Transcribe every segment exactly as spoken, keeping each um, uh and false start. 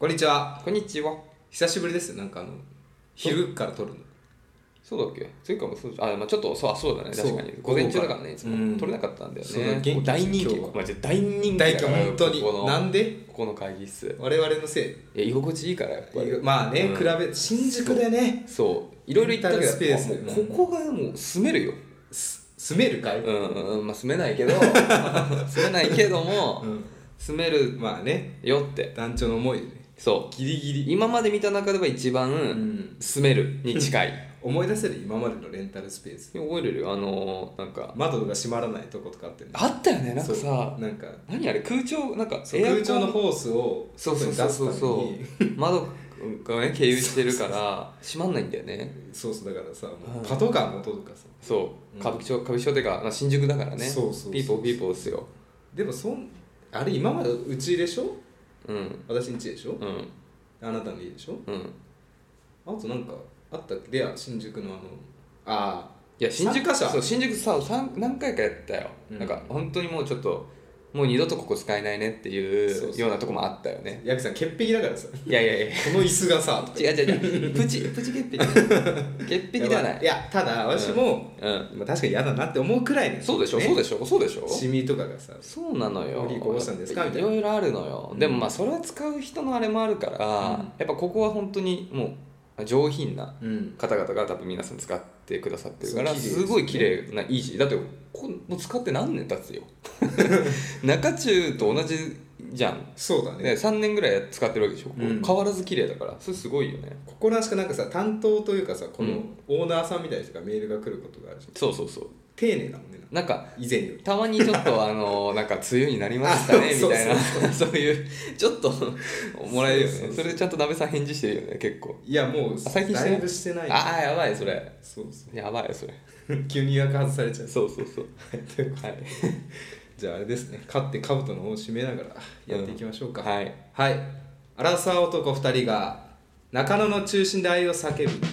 こんにちは。 こんにちは。 久しぶりですよ。なんかあの昼から撮るの。 そうだっけ？前回もそうあ、まあちょっとそうそうだね、確かに午前中だからね、いつも撮れなかったんだよね。もう大人気、マジで大人気だから。 本当に。なんで？ ここの会議室。 我々のせい。 いや、居心地いいからやっぱり。 まあね、比べ新宿でね。 そう。いろいろ行ったけど、 スペースここがもう住めるよ。 住めるかい？ うんうん、まあ住めないけど、住めないけども住めるまあねよって。 団長の思いでね。 そうギリギリ今まで見た中では一番住めるに近い。 思い出せる今までのレンタルスペース。 覚えれるよ、あのなんか窓が閉まらないとことかあってね。 あったよね、なんかさ、 なんか何あれ、空調なんか空調のホースをそうそうそうそうそう窓がね経由してるから閉まんないんだよね。 そうそう、だからさ、パトカーの音とかさ、 そう歌舞伎町歌舞伎町ってか新宿だからね。 そうそうそうピーポーピーポーっすよ。 でもそんあれ今までうちでしょ、 うん、 私ん家でしょ、 うん、 あなたの家でしょ、 うん、 あとなんかあったっけ？レア新宿のあのああいや新宿さそう新宿さ何回かやったよ、うん、なんか本当にもうちょっともう二度とここ使えないねっていうようなとこもあったよね。 ヤクさん潔癖だからさ、 いやいやいやこの椅子がさ違う違う違うプチプチ潔癖潔癖ではない。 いやただ私も、うんうんまあ、確かに嫌だなって思うくらいね。 そうでしょ、ね、そうでしょそうでしょシミとかがさそうなのよ。 いこぼしたんですかみたいな。 いろいろあるのよ、うん、でもまあそれは使う人のあれもあるから、うん、やっぱここは本当にもう上品な方々が多分皆さん使ってくださってるから、すごい綺麗なイージーだって。こもう使って何年経つよ中中と同じじゃん。 そうだね。 さんねんぐらい使ってるわけでしょ、うん、変わらず綺麗だから。それすごいよね。 ここらしかなんかさ担当というかさこのオーナーさんみたいな人がメールが来ることがあるじゃん。 そうそうそう、 丁寧だもんね。 なんか以前よりたまにちょっとあのなんか梅雨になりましたねみたいなそういうちょっともらえるよね。 そ, う そ, う そ, それでちゃんと鍋さん返事してるよね結構。 いやもう最近してない。だいぶしてない。ああやばいそれ。 そうそうやばいよそれ急に予約外されちゃう。 そうそうそうはい、 じゃああれですね、勝って兜の緒を締めながらやっていきましょうか、 うん、はいはい。アラサー男ふたりが中野の中心で愛を叫ぶ。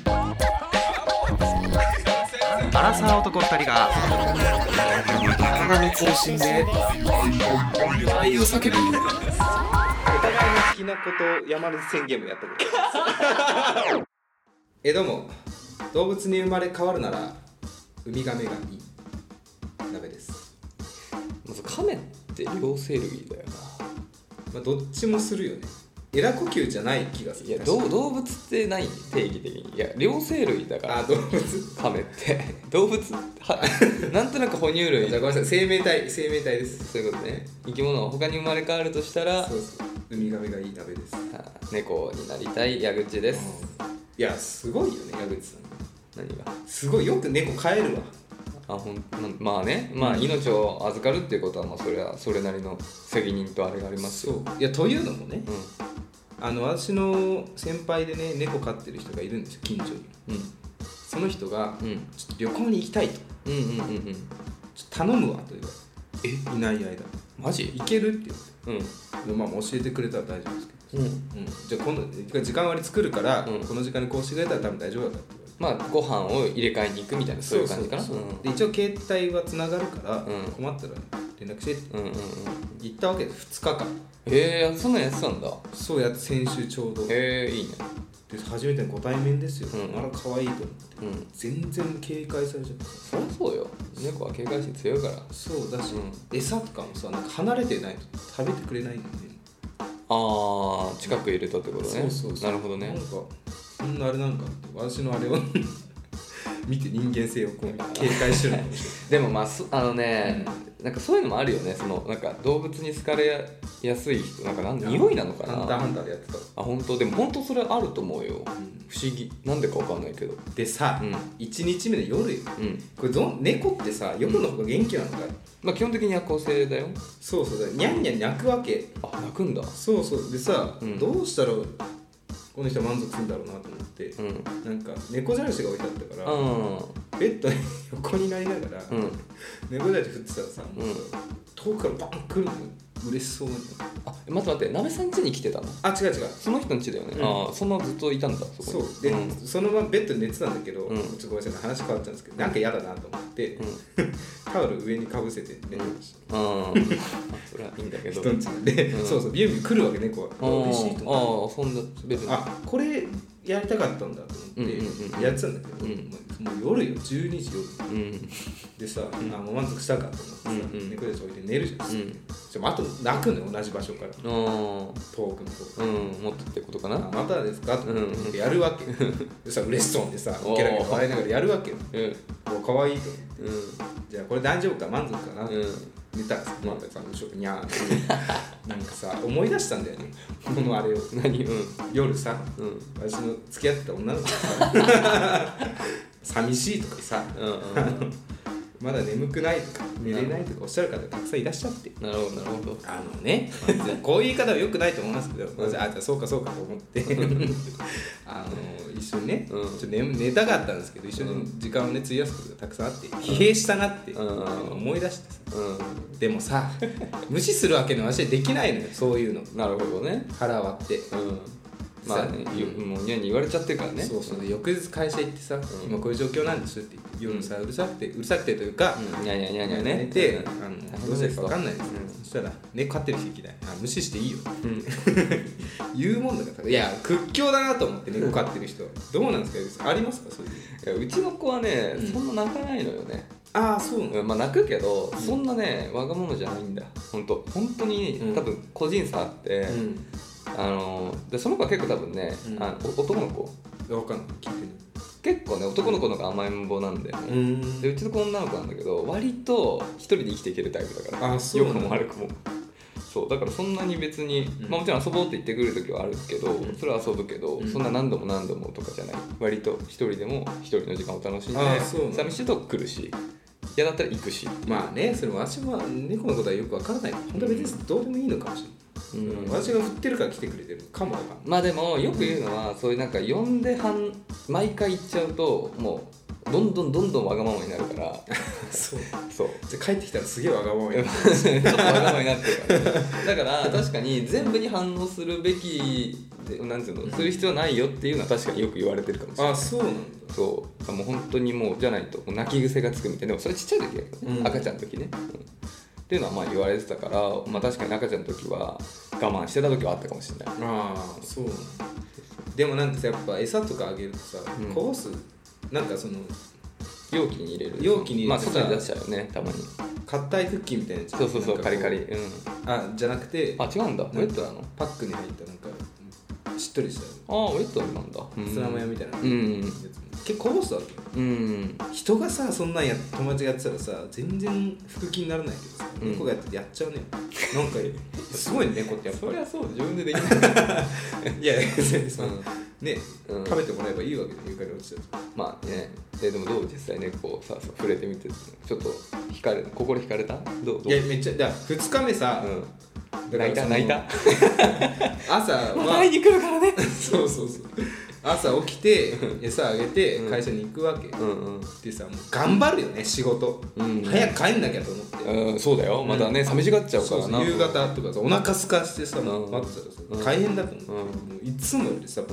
アラサー男ふたりが中野の中心で愛を叫ぶ。お互いの好きなこと山根宣言もやったことですえどうも、動物に生まれ変わるならウミガメがいい鍋です。 まずカメって両生類だよな。 まあ、どっちもするよね。エラ呼吸じゃない気がする。 いや動物って何定義的に。いや両生類だから。 あ動物カメって動物はなんとなく哺乳類。 じゃあごめんなさい、生命体生命体です。 そういうことね。生き物他に生まれ変わるとしたらそうそうウミガメがいい鍋です。 猫になりたい矢口です。 いやすごいよね矢口さん。 何がすごいよく猫飼えるわ。 あほんまあね、まあ命を預かるっていうことはまあそれはそれなりの責任とあれがありますよ。 そういやというのもね、 うん、 あの私の先輩でね猫飼ってる人がいるんですよ近所に、うん、その人が、うん、ちょっと旅行に行きたいと、うんうんうんうん、ちょっと頼むわと言われて、えいない間マジ行けるって言って、うん、まあ教えてくれたら大丈夫ですけど、うんうん、じゃあ今度時間割作るから、うん、この時間にこうしてくれたら多分大丈夫だからってまあご飯を入れ替えに行くみたいなそういう感じかな。 そうそうそう、うん、で一応携帯はつながるから、うん、困ったら連絡してって言ったわけでふつかかん。 へえそんなんやってたんだ。 そうやって先週ちょうど。 へえいいね。 で初めてのご対面ですよ、 うん、 あら可愛いと思って、うん、全然警戒されちゃった。 そりゃそうよ、猫は警戒心強いから。 そうだし、うん、餌とかもさなんか離れてないと食べてくれないんだよね。 ああ近く入れたってことね。 そうそうそう、 なるほどね。 なんかそんなあれなんかって私のあれを見て人間性をこう警戒してるのかもしれないでもまああのね、うん、なんかそういうのもあるよね。そのなんか動物に好かれやすい人なんかなん匂いなのかな。 ハンターハンターでやってた。 あ本当でも本当それあると思うよ、うん、不思議なんでかわかんないけど。 でさ、うん、いちにちめの夜よ、うん、これど猫ってさ夜の方が元気なのかい、うん、 まあ基本的に夜行性だよ。 そうそうだニャンニャン鳴くわけ。 あ鳴くんだ。 そうそうでさ、うん、どうしたらこの人は満足するんだろうなと思って、うん、なんか猫じゃらしが置いてあったから、うん、ベッドに横になりながら、うん、猫じゃらし振ってたらさ、もうさ、うん、遠くからバン来るの。 嬉しそうに。 あ待って待って、なべさん家に来てたの？ あ違う違う、 その人の家だよね、 うん、 ああそんなずっといたんだ。そこそうで、うん、そのままベッドに寝てたんだけど、うん、ちょっとごめんなさい話変わっちゃうんですけど、なんか嫌だなと思って、うん、タオル上にかぶせて寝てました、うん、あそれはいいんだけど人んちで、うん、そうそうビュンビュン来るわけ猫は嬉しいと思って、ああそんな別にあこれやりたかったんだと思って、うんうんうん、やってたんだけど、うん、もう夜よじゅうにじ夜、うん、でさ、うん、あもう満足したかと思ってさ、うんうん、猫たち置いて寝るじゃん、うん、でもあと泣くのよ同じ場所から遠くの方から、うん、 持ってってことかな、あまたですかと思ってやるわけでさ嬉しそうでさゲラゲラ笑いながらやるわけよ、うん、もうかわいいと思って、うん、じゃあこれ大丈夫か満足かな、うん、寝たらさ、まあ、さ後ろにゃーってなんかさ思い出したんだよねこのあれを何、うん、 夜さ、うん、私の付き合ってた女の子さ寂しいとかさ、うんうん、まだ眠くないとか寝れないとかおっしゃる方がたくさんいらっしゃって、 なるほどなるほど、 あのね、まあ、こういう言い方は良くないと思いますけど、うん、あじゃあそうかそうかと思ってあの一緒にね、うん、ちょっと 寝, 寝たかったんですけど一緒に時間をね費やすことがたくさんあって疲弊したなって思い出してさ、うん、でもさ無視するわけの話できないのよそういうの。 なるほどね、 腹割って、うんまあね、うん、もうニャに言われちゃってるからね。 そうそう、翌日会社行ってさ、うん、今こういう状況なんですって言って夜さうるさくてうるさくてというか、 うん、ニャニャニャニャね寝て、うん、あのどうしてか分かんないですよ、うん、そしたら猫飼ってる人いきない、あ無視していいよ、うん、言うもんだから、いや屈強だなと思って猫飼ってる人どうなんですか、ありますかそういう。 いやうちの子はね、うん、そんな泣かないのよね。 ああそうなの、 まあ泣くけど、うん、そんなねわがままじゃないんだ。本当本当に、うん、多分個人差あって、うん、あのでその子は結構多分ね、うん、あの男の子わかんない聞いてる結構ね男の子の方が甘えん坊なんだよね、うん、でうちの子女の子なんだけど割と一人で生きていけるタイプだから、 あそう良くも悪くもそうだからそんなに別に、うんまあ、もちろん遊ぼうって言ってくる時はあるけど、うん、それは遊ぶけど、うん、そんな何度も何度もとかじゃない、割と一人でも一人の時間を楽しんで寂しいと来るし嫌だったら行くし、 まあねそれも私は猫のことはよくわからない、本当は別にどうでもいいのかもしれない、うん、私が振ってるから来てくれてるかもだから。 まあでもよく言うのはそういうなんか呼んではん毎回行っちゃうともうどんどんどんどんわがままになるからそうそうじゃあ帰ってきたらすげえわがままになるちょっとわがままになってるからだから確かに全部に反応するべきなんていうのする必要ないよっていうのは確かによく言われてるかもしれない。 あそうなんだ。 そうもう本当にもうじゃないと泣き癖がつくみたいな。でもそれちっちゃい時だけどね、うん、赤ちゃんの時ね、うん、っていうのはまあ言われてたから、まあ、確かに赤ちゃんの時は我慢してた時はあったかもしれない。 ああそうなんだ。でもなんかさやっぱ餌とかあげるとさ、うん、こぼすなんかその容器に入れる容器に入れてさ、まあ、外に出しちゃうよねたまに。 硬いクッキーみたいなやつ。 そうそうそうカリカリ、うん、 あじゃなくてあ違うんだウェットなの。 パックに入ったなんかしっとりしたああウェットなんだツナマヨみたいなやつ、 うん、 結構こぼすわけ、うん、人がさそんなんや友達がやってたらさ全然腹筋にならないけどさ、うん、猫がやってやっちゃうねなんかすごいね猫ってやっぱりそりゃそう自分でできないいやいや別にさ、うんね、うん、食べてもらえばいいわけで床に落ちちゃう。 まあねででもどう実際猫さ触れてみてちょっと惹かれ心惹かれたどうどう。 いやめっちゃだふつかめさ、うん泣いた泣いた朝はまた会いに来るからねそうそうそう朝起きて餌あげて会社に行くわけ、うんうん、でさもう頑張るよね仕事、うんうん、早く帰んなきゃと思って、 うん、そうだよまたね、うん、寂しがっちゃうからな。 そうそう夕方とかさお腹すかしてさ、うん、待ってたらさ大変だと思って、うん、いつもよりさ、うん、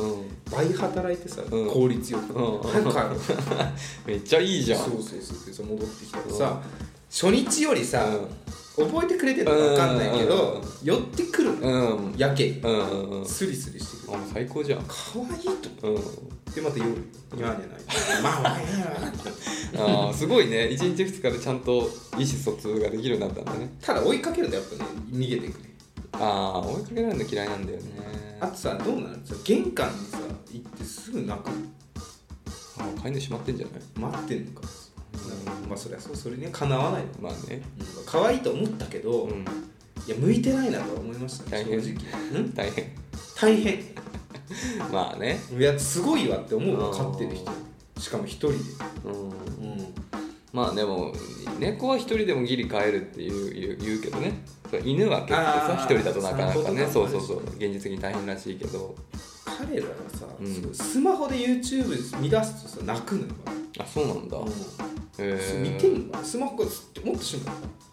倍働いてさ、うん、効率よく、うん、早く帰るめっちゃいいじゃん。 そうそうそうでさ戻ってきたらさ、うん、初日よりさ、うん覚えてくれてるのか分かんないけど、うん、寄ってくるの、うん、やけ、うんうん、スリスリしてくる。 あ最高じゃん。 かわいいと、うん、でまた夜ニャーニャーないまあまああすごいねいちにちふつかでちゃんと意思疎通ができるようになったんだね。 ただ追いかけるとやっぱね逃げていくね。 ああ追いかけられるの嫌いなんだよね。 あとさどうなの玄関にさ行ってすぐ泣く。 あ飼い主待ってんじゃない。 待ってんのか。まあそれはそうそれにはかなわない。 まあね、 うん、可愛いと思ったけど、うん、いや向いてないなとは思いました、ね、 大変正直。ん大変大変まあねいやすごいわって思うわ飼ってる人しかも一人で、うんうん、まあでも猫は一人でもギリ飼えるっていう言うけどね。犬は結構さ一人だとなかなかねそうそうそう現実的に大変らしいけど彼らがさ、うん、スマホで YouTube 見出すとさ泣くのよ。 あそうなんだ、うんえー、見てんのスマホがもっとしんどかった。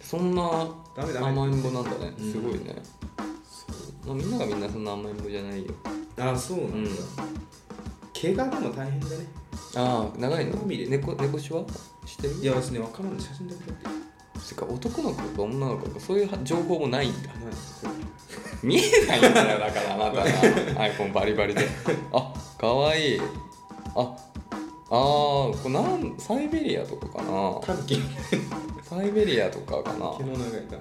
そんなダメダメ甘えん坊なんだね、 うん、 すごいね。まあ、みんながみんなそんな甘えん坊じゃないよ。 ああそうなんだ、うん、怪我でも大変だね。 ああ長いの。猫猫しはしてる？ いや私ね分からない、写真だけだって。 てか男の子か女の子かそういう情報もないんだ。見えないんだよだからあなたがiPhone バリバリで。あかわいい。ああーこれなんサイベリアとかかな。 タヌキサイベリアとかかな。 毛の長いタヌ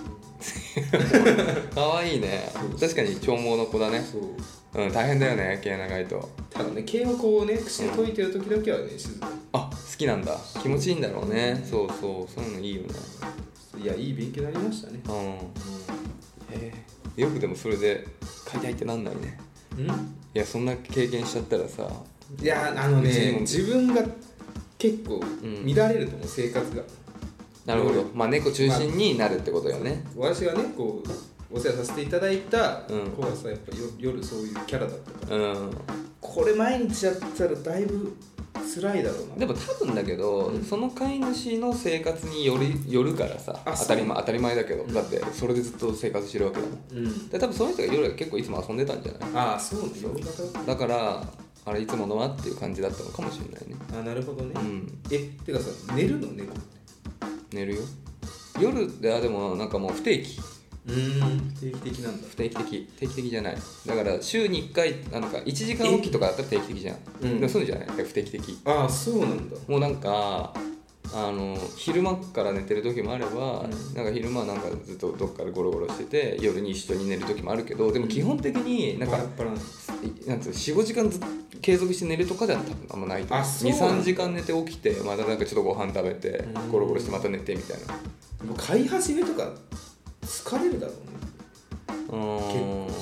キかわいいね。確かに長毛の子だね。 そう、 うん、大変だよね毛長いと。 ただね毛をこうね口で解いてる時だけはね静かに、 あ好きなんだ。気持ちいいんだろうね。そうそうそういうのいいよね。 いやいい勉強になりましたね。 うん、うん、へえよくでもそれで飼いたいってなんないね。 うん、いやそんな経験しちゃったらさ。 いやあのね自分が結構乱れると思う、うん、生活が。 なるほど。まあ猫中心になるってことよね。 まあ、私がねこうお世話させていただいた子はさ、やっぱ夜そういうキャラだったから、うん、これ毎日やったらだいぶ辛いだろうな。 でも多分だけど、うん、その飼い主の生活によりよるからさ、当たり前当たり前だけど、うん、だってそれでずっと生活してるわけだもん、うん、で多分その人が夜結構いつも遊んでたんじゃない？ ああそうね。 だからあれいつものはっていう感じだったのかもしれないね。 あなるほどね、うん、えてかさ寝るの猫って？ 寝るよ夜で。あでもなんかもう不定期。 うーん不定期的なんだ。 不定期的定期的じゃない。だから週にいっかいなんかいちじかんおきとかだったら定期的じゃん、うん、でもそうじゃない不定期的。 ああそうなんだ。 もうなんかあの昼間から寝てる時もあれば、うん、なんか昼間なんかずっとどっかでゴロゴロしてて夜に一緒に寝る時もあるけど、でも基本的になんか、うん、なんつう よん,ご 時間ずっと継続して寝るとかでは多分あんまないと思う。にさんじかん寝て起きてまたなんかちょっとご飯食べてゴロゴロしてまた寝てみたいな。 もう飼い始めとか疲れるだろうね。うん、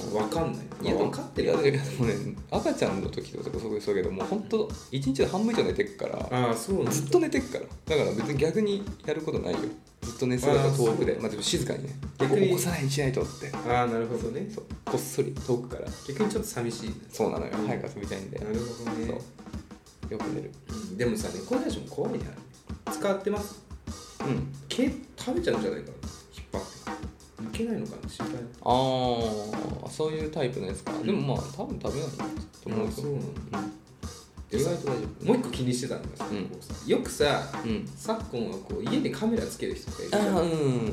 分かんない。 いや分かってるよ。いやでもね赤ちゃんの時とかそうそうけどもう本当一日で半分以上寝てくから。あそうなんだ。ずっと寝てくから。だから別に逆にやることないよ。ずっと寝姿遠くで、まあでも静かにね。逆に起こさないようにしないとって。 ああなるほどね。 そうこっそり遠くから。 逆にちょっと寂しい、ね。 そうなのよ。早く遊びたいんで。なるほどね。そうよく寝る。 うん、でもさねこれたちも怖いね。使ってます。うん。毛食べちゃうんじゃないかな。引っ張って。抜けないのかな心配。 ああそういうタイプのやつか、うん、でもまあ多分食べないと思うけど、うん、意外と大丈夫。 もう一個気にしてたのがさ、うん、こうさよくさ、うん、昨今はこう家にカメラつける人がいるじゃん、うん、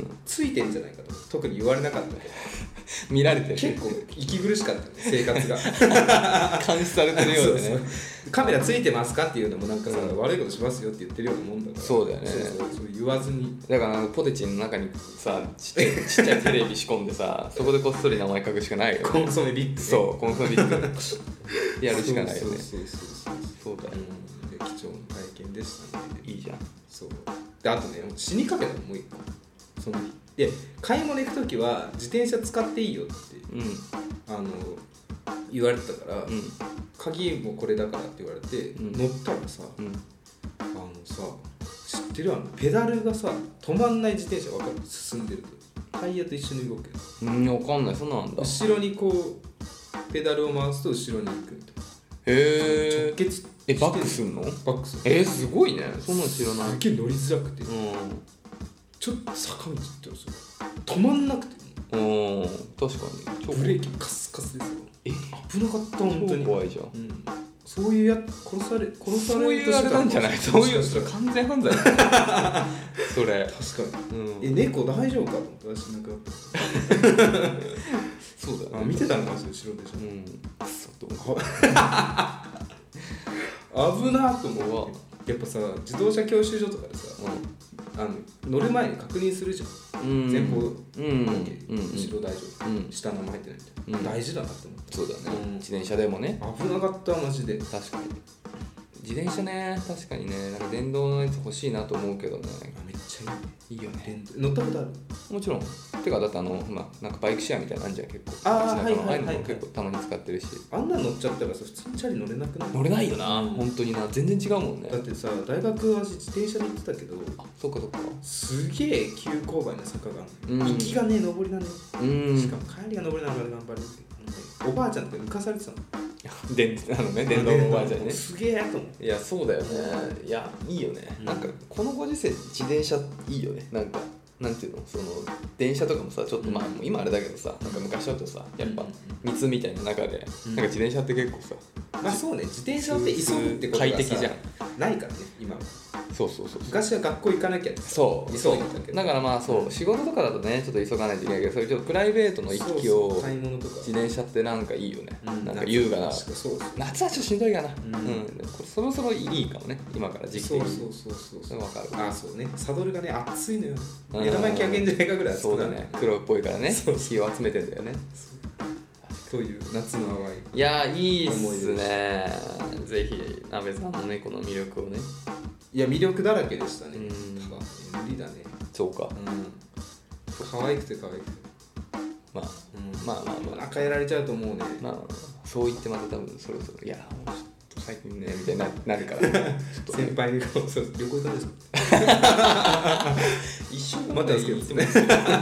ついてんじゃないかと特に言われなかったけど見られてる。 結構息苦しかった、ね、生活が監視されてるようでね。 そうそうカメラついてますかっていうのもなんかさ、うん、悪いことしますよって言ってるようなもんだから。 そうだよね。 そうそうそう言わずに。 だからポテチの中にさちっちゃいちっちゃいテレビ仕込んでさそこでこっそり名前書くしかないよね。 コンソメビッグ、ね、 そうコンソメビッグやるしかないよね。そうそうそうそうだよ、 うん、貴重な体験でしたね。 いいじゃん。 そうであとね死にかけたのもう一個その日で買い物行く時は自転車使っていいよって、うん、あの言われてたから、うん、鍵もこれだからって言われて、うん、乗ったらさ、うん、あのさ知ってるあのペダルがさ止まんない自転車分かる？進んでるとタイヤと一緒に動く。 うん分かんない。そんなんだ。 後ろにこうペダルを回すと後ろに行くみたいな。 へえ。 直結えバックすんの？バックする。 えー、すごいね。そんなん知らない。 すげえ乗りづらくて、うん、ちょっと坂道ってるんですよ。止まんなくて。 うん、確かにブレーキカスカスですよ。え危なかった本当に。 怖いじゃん、うん、 そういうや殺され殺されそういうあれなんじゃない？そういう完全犯罪それ確かに、うん、え猫大丈夫かと思って私なんかそうだ、ね、あ見てたのか後ろでしょ、うん、そう危なと思う。やっぱさ自動車教習所とかでさ、うん、あの乗る前に確認するじゃん。前方 OK、うん、後ろ大丈夫、うん、下名前入ってないみたいな、うん、大事だなって思って。 そうだね、うん、自転車でもね危なかったマジで。 確かに自転車ね確かにねなんか電動のやつ欲しいなと思うけどね。 めっちゃいいいいよね。 乗ったことある？ もちろん。てかだってあの、まあ、なんかバイクシェアみたいなのあんじゃん結構。 ああはいはいはい、はい、 結構たまに使ってるし。 あんなの乗っちゃったらさ普通にチャリ乗れなくなる？ 乗れないよな、うん、本当にな全然違うもんね。 だってさ大学は自転車で行ってたけど、 あそっかそっかすげえ急勾配な坂が、うん、行きがね上りなのよ、うん、しかも帰りが上りなので頑張るって、おばあちゃんって浮かされてたの。 電あのね電動のおばあちゃんね。 すげえと思って。 いやそうだよね。いやいいよね、うん、なんかこのご時世自転車いいよね。なんかなんていうのその電車とかもさちょっとまあ、うん、今あれだけどさなんか昔だとさやっぱ密みたいな中で、うん、なんか自転車って結構さまあそうね自転車って急ぐってことがさ快適じゃんないからね今はそうそうそう昔は学校行かなきゃってそう急いでたけどだからまあそう仕事とかだとねちょっと急がないといけないけどそういうちょっとプライベートの行き来を買い物とか自転車ってなんかいいよね、うん、なんか優雅な夏はちょっとしんどいかな、うんうん、これそろそろいいかもね今から時期的にそうそうそうそう分かるあそうねサドルがね熱いのよ目玉焼きあげんじゃないかぐらい熱くなるそうだね黒っぽいからね火を集めてんだよねという夏の淡いいやいいっすねぜひ阿部さんの猫の魅力をねいや魅力だらけでしたねただ無理だねそうかうん可愛くて可愛くてまあ、うん、まあまあまあ中やられちゃうと思うねまあそう言ってまた多分そろそろいやちょっと最近ねみたいになるから先輩にこうそう旅行行かないですか一緒にまたですけどね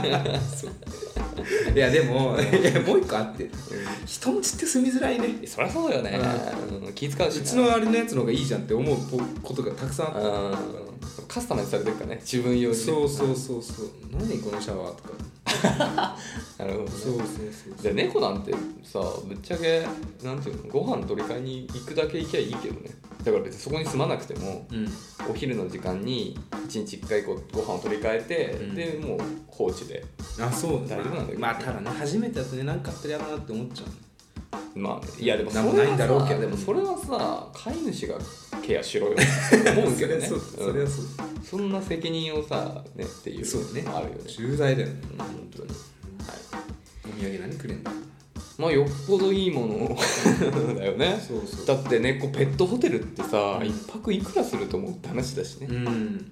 いやでもいやもう一個あって、うん、人んちって住みづらいねそりゃそうよね、うん、気遣うしうちのあれのやつの方がいいじゃんって思うことがたくさんあった、 うん、カスタマイズされてるからね自分用にそうそうそうそう何このシャワーとかなるほど、ね、 そうそうそうで猫なんてさぶっちゃけなんていうのご飯取り替えに行くだけ行きゃいいけどねだから別にそこに住まなくても、うん、お昼の時間にいちにちいっかいこうご飯を取り替えて、うん、でもう放置であそう大丈夫なんだけど、 まあただね初めてやってね何かあったらやろうなって思っちゃうまあ、ね、いやでもそれはないんだろうけどでもそれはさ飼い主がケアしろよって思うけどねそ, それはそう、 うん、そんな責任をさねっていうそうねあるよね重大だよね、 うん、本当に、はい、 お土産何くれんだまあよっぽどいいものだよねそうそうだってねこうペットホテルってさ一泊いくらすると思うって話だしね、うん、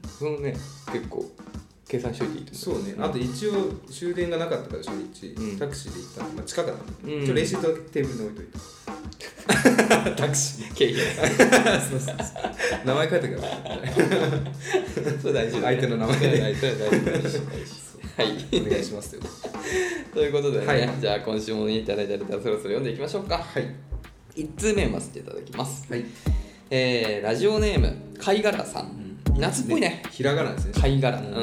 そのね結構計算しといていいと思うそうね、うん、あと一応終電がなかったから初日、うん、タクシーで行ったの、まあ、近かったの、うん、一応レシートテーブルに置いといてタクシー経費そうそうそう名前書いてくださいそれ大事だ、ね、 相手の名前で大事大事はい、 お願いしますよということでね、 はい、 じゃあ今週もいただいたレターそろそろ読んでいきましょうか。はいいち通目読ませていただきます、はいえー、ラジオネーム貝殻さん、うん、夏っぽいねひらがなですね貝殻、うんうん、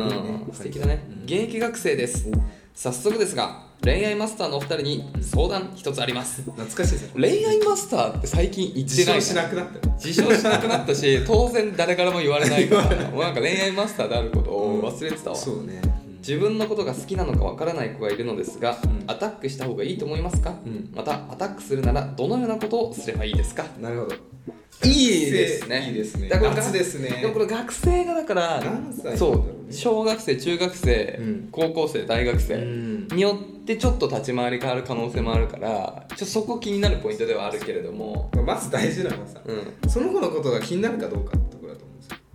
素敵だね、うん、現役学生です、うん、早速ですが恋愛マスターのお二人に相談一つあります。 懐かしいですね。 恋愛マスターって最近言ってない自称しなくなった自称しなくなったし当然誰からも言われないからもうなんか恋愛マスターであることを忘れてたわ、うん、 そうね自分のことが好きなのかわからない子がいるのですが、うん、アタックした方がいいと思いますか、うん、またアタックするならどのようなことをすればいいですか。 なるほどいいですねいいですね夏ですね。 でもこれ学生がだから何歳だろう、ね、 そう小学生中学生、うん、高校生大学生によってちょっと立ち回り変わる可能性もあるからちょっとそこ気になるポイントではあるけれどもまず大事なのはさ、うん、その子のことが気になるかどうかってところだと思うんですよ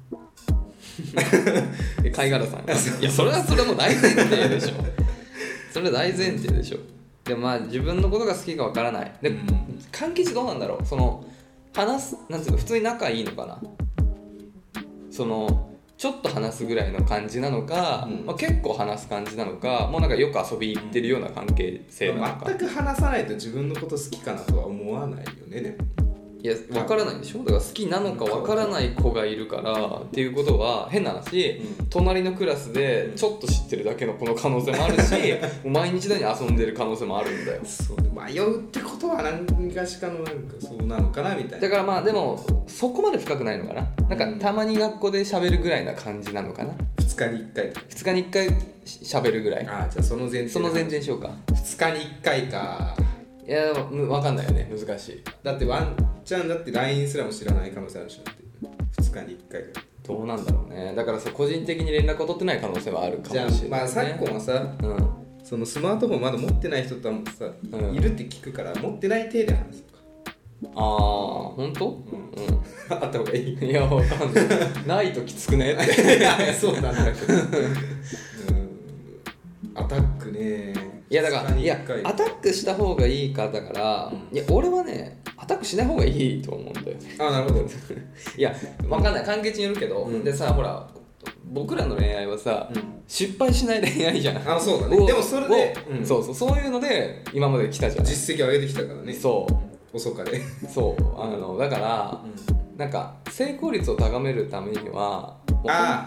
貝殻さんいやそれはそれも大前提でしょそれは大前提でしょ。でもまあ自分のことが好きかわからないで、うん、関係値どうなんだろうその話すなんていうの普通に仲いいのかなそのちょっと話すぐらいの感じなのか、うんまあ、結構話す感じなのかもうなんかよく遊び行ってるような関係性なのか、 全く話さないと自分のこと好きかなとは思わないよね。でもいや分からないでしょ。だから好きなのか分からない子がいるからっていうことは変な話、うん、隣のクラスでちょっと知ってるだけの子の可能性もあるしもう毎日のように遊んでる可能性もあるんだよ。 そう迷うってことは何かしかのなんかそうなのかなみたいな。 だからまあでもそこまで深くないのかな。なんかたまに学校で喋るぐらいな感じなのかな。 ふつかにいっかいふつかにいっかい喋るぐらい。 ああじゃあその前提その前提にしようか。 ふつかにいっかいか。 いや分かんないよね難しい。 だってワンチャンだって ライン すらも知らない可能性あるしなってふつかにいっかいぐらいどうなんだろうね。だからさ個人的に連絡を取ってない可能性はあるかもしれない、ね、 じゃあまあ昨今はさ、うん、そのスマートフォンまだ持ってない人とはさ、うん、いるって聞くから持ってない体で話すとか。 ああ本当？うん、うん、 あった方がいい。 いやわかんないないときつくねってそうなんだけど、うん、アタックねいやだからいやアタックした方がいいかだから、うん、いや俺はねアタックしない方がいいと思うんだよ。 あなるほどいや分かんない関係値によるけど、うん、でさほら僕らの恋愛はさ、うん、失敗しない恋愛じゃん。 あそうだね。でもそれで、 うん、そうそうそういうので今まで来たじゃん。 実績を上げてきたからね。 そう遅かれそうあのだから、うん、なんか成功率を高めるためにはあ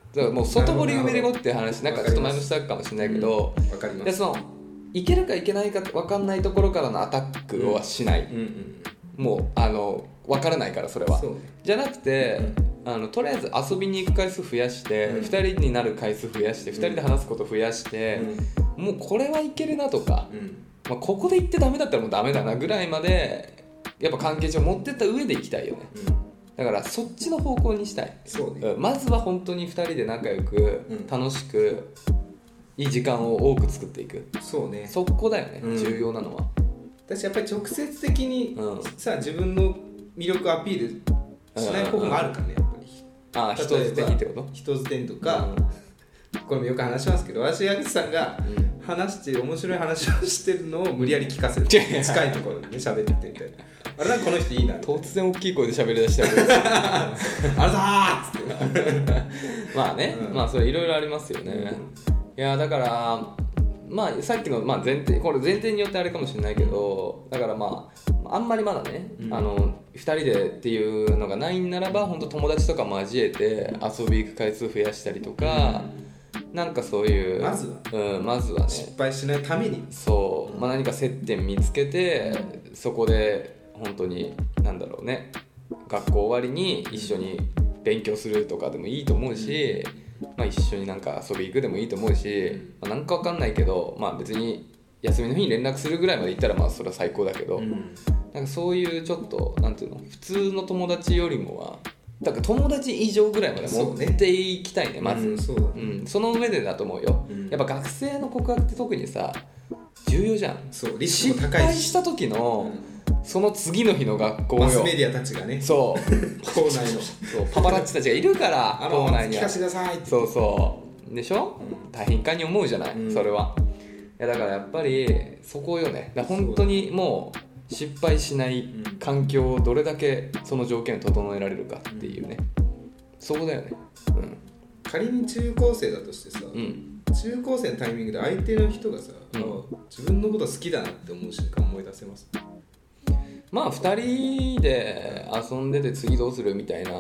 だからもう外堀埋めれろっていう話なんかちょっと前もしたかもしれないけど、 わかります。 でそのいけるかいけないか分かんないところからのアタックはしない、 うんうんうん、もうあの分からないからそれはそう、ね、 じゃなくて、うん、あのとりあえず遊びに行く回数増やして、うん、ふたりになる回数増やして、うん、ふたりで話すこと増やして、うん、もうこれはいけるなとか、うんまあ、ここで行ってダメだったらもうダメだなぐらいまでやっぱ関係値を持ってった上で行きたいよね、うん、だからそっちの方向にしたい。 そうね、 まずは本当にふたりで仲良く、うん、楽しくいい時間を多く作っていく。 そうね、 そこだよね、うん、重要なのは。 私やっぱり直接的に、うん、さ自分の魅力をアピールしない方法もあるからね、やっぱり。 ああ、人づてにってこと？ 人づてにとか、うん、これもよく話しますけど、私矢口さんが話して面白い話をしてるのを無理やり聞かせる、うん、近いところでね喋ってみたいな。あれなんかこの人いいな。 突然大きい声で喋り出したりあれだーっつってまあね、うん、まあそれいろいろありますよね、うん、いやだからまあさっきの、まあ、前提これ前提によってあれかもしれないけど、だからまああんまりまだね、うん、あのふたりでっていうのがないんならば本当友達とか交えて遊び行く回数増やしたりとか、うん、なんかそういうまずは、 うん、まずはね失敗しないためにそう、まあ、何か接点見つけてそこで本当に何だろうね、学校終わりに一緒に勉強するとかでもいいと思うし、まあ、一緒になんか遊び行くでもいいと思うし、まあ、なんか分かんないけど、まあ、別に休みの日に連絡するぐらいまで行ったらまあそれは最高だけど、うん、なんかそういうちょっとなんていうの普通の友達よりもはだから友達以上ぐらいまで持っていきたいね、まず、うん そ, うだねうん、その上でだと思うよ、うん、やっぱ学生の告白って特にさ重要じゃん。 そうリスクも高いし失敗した時の、うん、その次の日の学校よマスメディアたちがねそう校内のそうパパラッチたちがいるから校内には聞かせてくださいってそうそうでしょ、うん、大変かに思うじゃない、うん、それはいやだからやっぱりそこよね。だ本当にもう失敗しない環境をどれだけその条件を整えられるかっていうね、うん、そこだよね、うん、 仮に中高生だとしてさ、うん、中高生のタイミングで相手の人がさ、うん、自分のこと好きだなって思う瞬間思い出せます？ まあふたりで遊んでて次どうするみたいな、うん、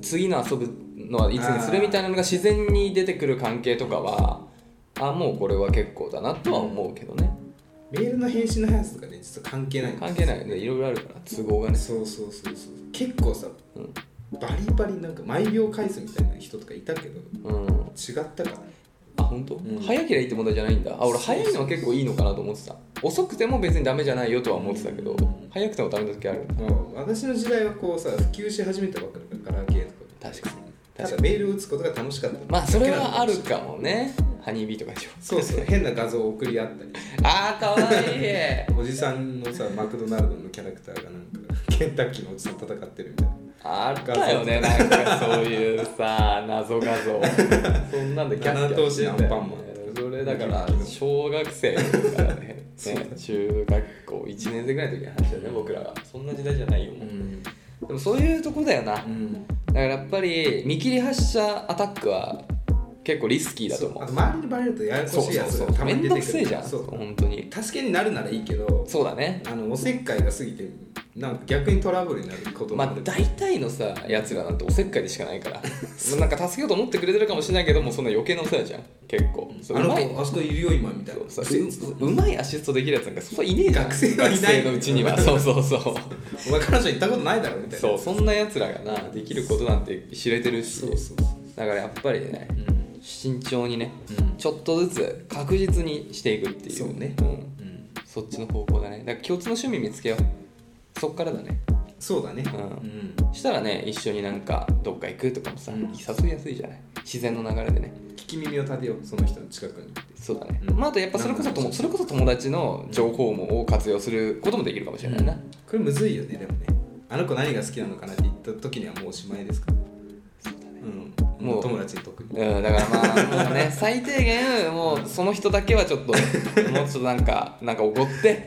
次の遊ぶのはいつにするみたいなのが自然に出てくる関係とかはあもうこれは結構だなとは思うけどね。 メールの返信の速さとかね実は関係ないんですよ。 関係ないよね、いろいろあるから都合がね。 そうそうそうそう結構さ、うん、バリバリなんか毎秒返すみたいな人とかいたけど、うん、違ったからね。 あ本当、うん、早ければいいって問題じゃないんだ。あ俺早いのは結構いいのかなと思ってた。遅くても別にダメじゃないよとは思ってたけど、うん、早くてもダメな時ある。 うん、私の時代はこうさ普及し始めたばっかりからガラケーとか。 確かにただメールを打つことが楽しかった。 まあそれはあるかもね。ハニービーとかでしょ。 そうそう変な画像を送り合ったりあーかわいいおじさんのさマクドナルドのキャラクターがなんかケンタッキーのおじさん戦ってるみたいなあったよねなんかそういうさ謎画像そんなんでキャッキャッしてんだよね。 それだから小学生からねね中学校いちねん生ぐらいの時の話だよね僕らが。そんな時代じゃないよ、うん、でもそういうとこだよな、うん、だからやっぱり見切り発車アタックは結構リスキーだと思う。 あと周りにバレるとややこしいやつがたまに出てくる。めんどくせえじゃん。そう本当に助けになるならいいけどそうだねあのおせっかいが過ぎてなんか逆にトラブルになることもある。 まあ大体のさやつらなんておせっかいでしかないからなんか助けようと思ってくれてるかもしれないけどもそんな余計なお世話じゃん結構。 あの子あそこいるよ今みたいな。 そうそううまいアシストできるやつなんかそこいねえじゃん。 学生はいない学生のうちにはそうそうそうお前彼女行ったことないだろみたいな。 そうそんなやつらがなできることなんて知れてるし。そうそうだからやっぱりね、うん慎重にね、うん、ちょっとずつ確実にしていくっていうそうね、 うんうん、そっちの方向だね。だから共通の趣味見つけよう。そっからだね。 そうだね、 うんうん、したらね一緒になんかどっか行くとかもさ、うん、誘いやすいじゃない自然の流れでね。 聞き耳を立てようその人の近くに。 そうだね、うん、まああとやっぱそれこそともそれこそ友達の情報網を活用することもできるかもしれないな、うん、 これむずいよね。でもねあの子何が好きなのかなって言った時にはもうおしまいですから。 そうだね、 うん、もう友達に特に、 うん、だからまあもうね最低限もうその人だけはちょっともうちょっとなんかなんかおごって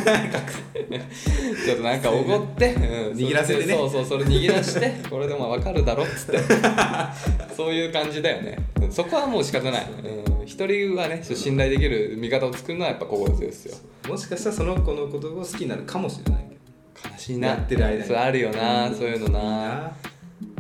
ちょっとなんかおごって、うん、 握らせてね。 そうそうそれ握らしてこれでも分かるだろっつってそういう感じだよね。そこはもう仕方ない。うん、一人はね信頼できる味方を作るのはやっぱ心強いですよ。 もしかしたらその子のことを好きになるかもしれないけど悲しいなやってる間にそれあるよな、うん、そういうのな。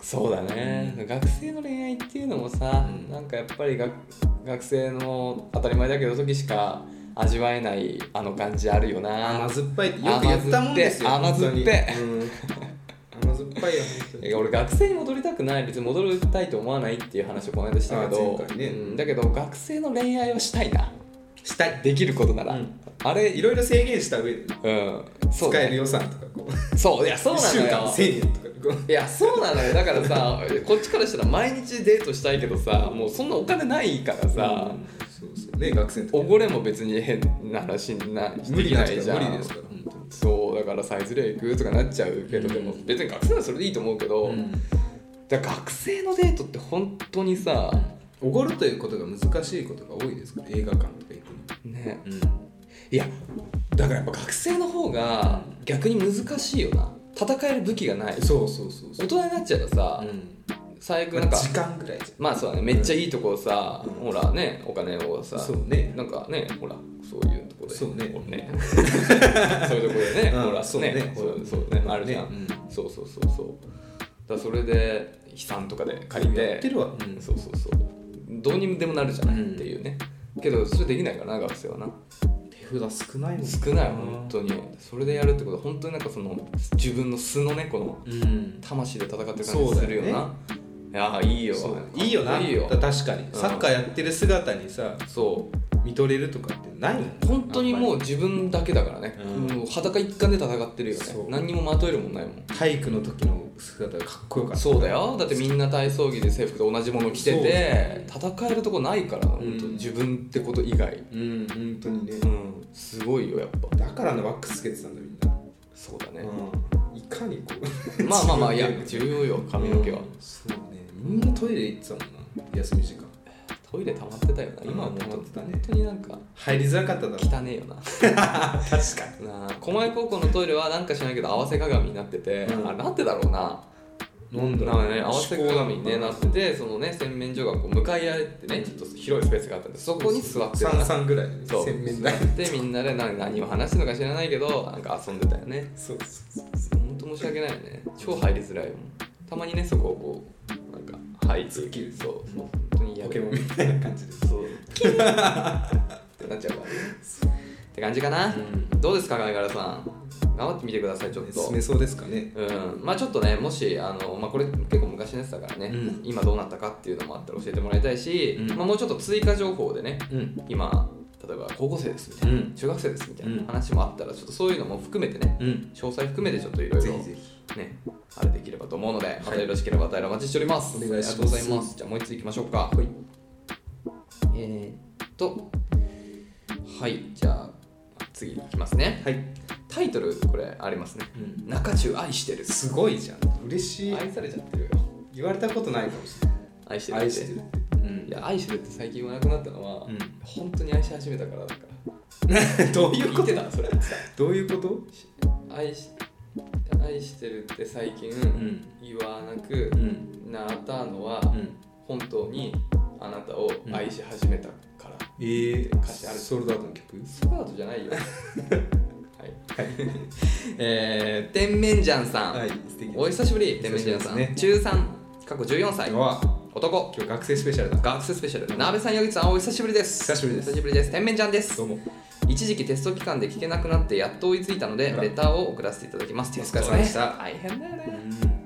そうだね、うん、学生の恋愛っていうのもさ、うん、なんかやっぱり 学, 学生の当たり前だけど時しか味わえないあの感じあるよな。 甘酸っぱいってよく言ったもんですよ。 甘酸っぱい、うん、 甘酸っぱいよ本当に。 俺学生に戻りたくない、別に戻りたいと思わないっていう話をこの間したけど、ねうん、だけど学生の恋愛はしたいな、 したい、 できることなら、うん、あれいろいろ制限した上で、 うん、 使える予算とかこうそういやそうなのよ、いっしゅうかんせんえんとかいやそうなのよ。だからさこっちからしたら毎日デートしたいけどさ、もうそんなお金ないからさ、うん、 そうそうね、学生の時おごれも別に変な話な無理ないじゃん。無理ですから本当に。 そうだからサイズレイクとかなっちゃうけど、うん、でも別に学生はそれでいいと思うけど、うん、だから学生のデートって本当にさ、 おごるということが難しいことが多いですから、映画館とか行くにね、うん、いやだからやっぱ学生の方が逆に難しいよな。戦える武器がない。 そうそうそうそう。 大人になっちゃうとさ、うん、最悪なんか時間ぐらいじゃん。 まあそうだね、めっちゃいいとこをさ、うん、ほらね、お金をさ、 そうね、 なんかね、ほらそういうとこで、 そうね、 ねそういうとこでね、ほらそうね、 ねそうそうね、あるじゃん、うん、そうそうそうそう。だからそれで悲惨とかで借りて、 やってるわ、 うん、そうそうそう。どうにでもなるじゃないっていうね。けどそれできないからな、学生はな。 手札少ないもん。 少ない本当に。それでやるってことは本当になんかその自分の素のね、この魂で戦ってる感じするよな。いやいいよいいよな。いいよ確かに、うん、サッカーやってる姿にさ、 そう見とれるとかってないもん。 本当にもう自分だけだからね、うん、もう裸一貫で戦ってるよね。何にもまとえるもんないもん。 体育の時の姿がかっこよかった。 そうだよ。だってみんな体操着で制服と同じもの着てて戦えるとこないから、うん、本当に自分ってこと以外、 うん本当にね、 うん、すごいよやっぱ。 だからのワックスつけてたんだみんな。 そうだね、 うん、いかにこうまあまあまあいや重要よ髪の毛は、うん、 そうね。みんなトイレ行ってたもんな、休み時間。 トイレ溜まってたよな、今はもう本当になんか入りづらかっただろ。 汚ねえよな確かにな。狛江高校のトイレはなんか知らないけど合わせ鏡になってて、うん、あれなんでだろうな、 なんだろうな、ね、合わせ鏡に、ね、なってて、そのね洗面所がこう向かい合ってね、ちょっと広いスペースがあったんで、そこに座ってるさんさんぐらいで、ね、 そう洗面台でみんなで何, 何を話すのか知らないけどなんか遊んでたよね。 そうそうそう、 本当申し訳ないよね。超入りづらいもん。たまにねそこをこうなんか入ってそうそう本当にやポケモンみたいな感じでそうキーってなっちゃうからねって感じかな、うん、どうですか貝殻さん、頑張ってみてください。ちょっと進めそうですかね。 うん、まあちょっとね、もしあの、まあ、これ結構昔のやつだからね、うん、今どうなったかっていうのもあったら教えてもらいたいし、うん、まあ、もうちょっと追加情報でね、うん、今例えば高校生ですみたいな、うん、中学生ですみたいな話もあったら、ちょっとそういうのも含めてね、うん、詳細含めてちょっといろいろねあれできればと思うので、またよろしければお便りお待ちしております。 お願いします。 ありがとうございます。じゃあもう一ついきましょうか。はい、えー、っとはいじゃあ次いきますね。 はい、 タイトルこれありますね、うん、中中愛してる。 すごいじゃん、嬉しい。 愛されちゃってるよ。 言われたことないかもしれない。 愛してるって愛してるって、 うん、いや愛してるって最近言わなくなったのは、うん、本当に愛し始めたからだからどういうことだそれどういうこと？ 愛し愛してるって最近言わなくなったのは、うん、本当にあなたを愛し始めたから、 うん、えー、 歌詞ある。 ソールドアートの曲？ ソールドアートじゃないよはい、はいえー、てんめんじゃんさん、はい、素敵。お久しぶり。てんめんじゃんさん、ね、中さん過去じゅうよんさい男。 今日学生スペシャルだ。 学生スペシャル。なべさん、矢口さん、お久しぶりです。 久しぶりです。 久しぶりです。てんめんちゃんです。 どうも。 一時期テスト期間で聞けなくなってやっと追いついたのでレターを送らせていただきます。 お疲れ様でした。 大変だよね。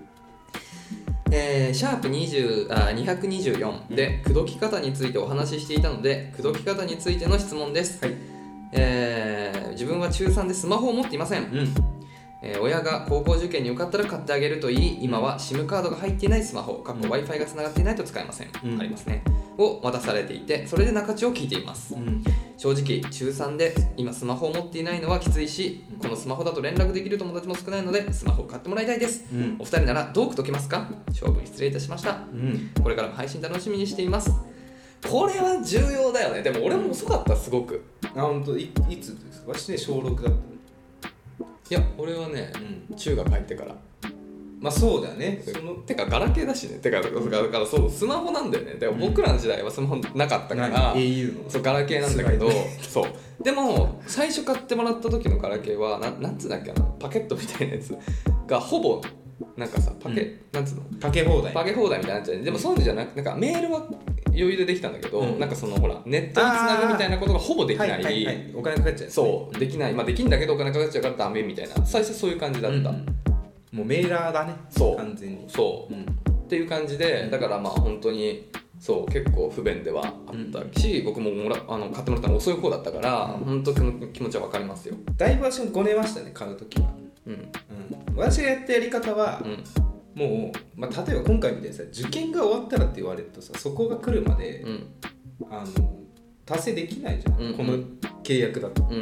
えー、シャープにじゅうあにひゃくにじゅうよんで口説き方についてお話ししていたので、口説き方についての質問です。はい、えー、自分は中さんでスマホを持っていません。うんえー、親が高校受験に受かったら買ってあげるといい、今は SIM カードが入っていないスマホ、過去 Wi-Fi がつながっていないと使えません、うん、ありますねを渡されていて、それで中地を聞いています、うん、正直中さんで今スマホを持っていないのはきついし、このスマホだと連絡できる友達も少ないのでスマホを買ってもらいたいです、うん、お二人ならどう口説きますか？勝負失礼いたしました、うん、これからも配信楽しみにしています。これは重要だよね。でも俺も遅かった、すごく。 あ、本当 い, いつですか？私ね小ろくだった。 いや俺はね、うん、中学入ってから。 まあそうだよね。 そのてかガラケーだしね。てかだからそうスマホなんだよね。でも僕らの時代はスマホなかったから、 うん、エーユー のそうガラケーなんだけど、そうでも最初買ってもらった時のガラケーはななんつうんだっけな、パケットみたいなやつがほぼなんかさパケ、うん、なんつうのパケ放題パケ放題みたいになっちゃう。でもそういうんじゃなくなんかメールは余裕でできたんだけど、うん、なんかそのほらネットにつなぐみたいなことがほぼできない、はいはいはい、 お金かかっちゃう、ね、 そうできないまあできんだけどお金かかっちゃうからダメみたいな最初そういう感じだった、うん、 もうメーラーだねそう完全にそう、うん、っていう感じでだからまあ本当にそう結構不便ではあったし、うん、僕ももらあの買ってもらったの遅い方だったから、うん、本当に気持ちは分かりますよ。 だいぶ私もごねましたね買うときは、うんうん、私がやったやり方は、うん、もう、まあ、例えば今回みたいにさ受験が終わったらって言われるとさそこが来るまで、うん、あの達成できないじゃん、うんうん、この契約だと、うんうんうん、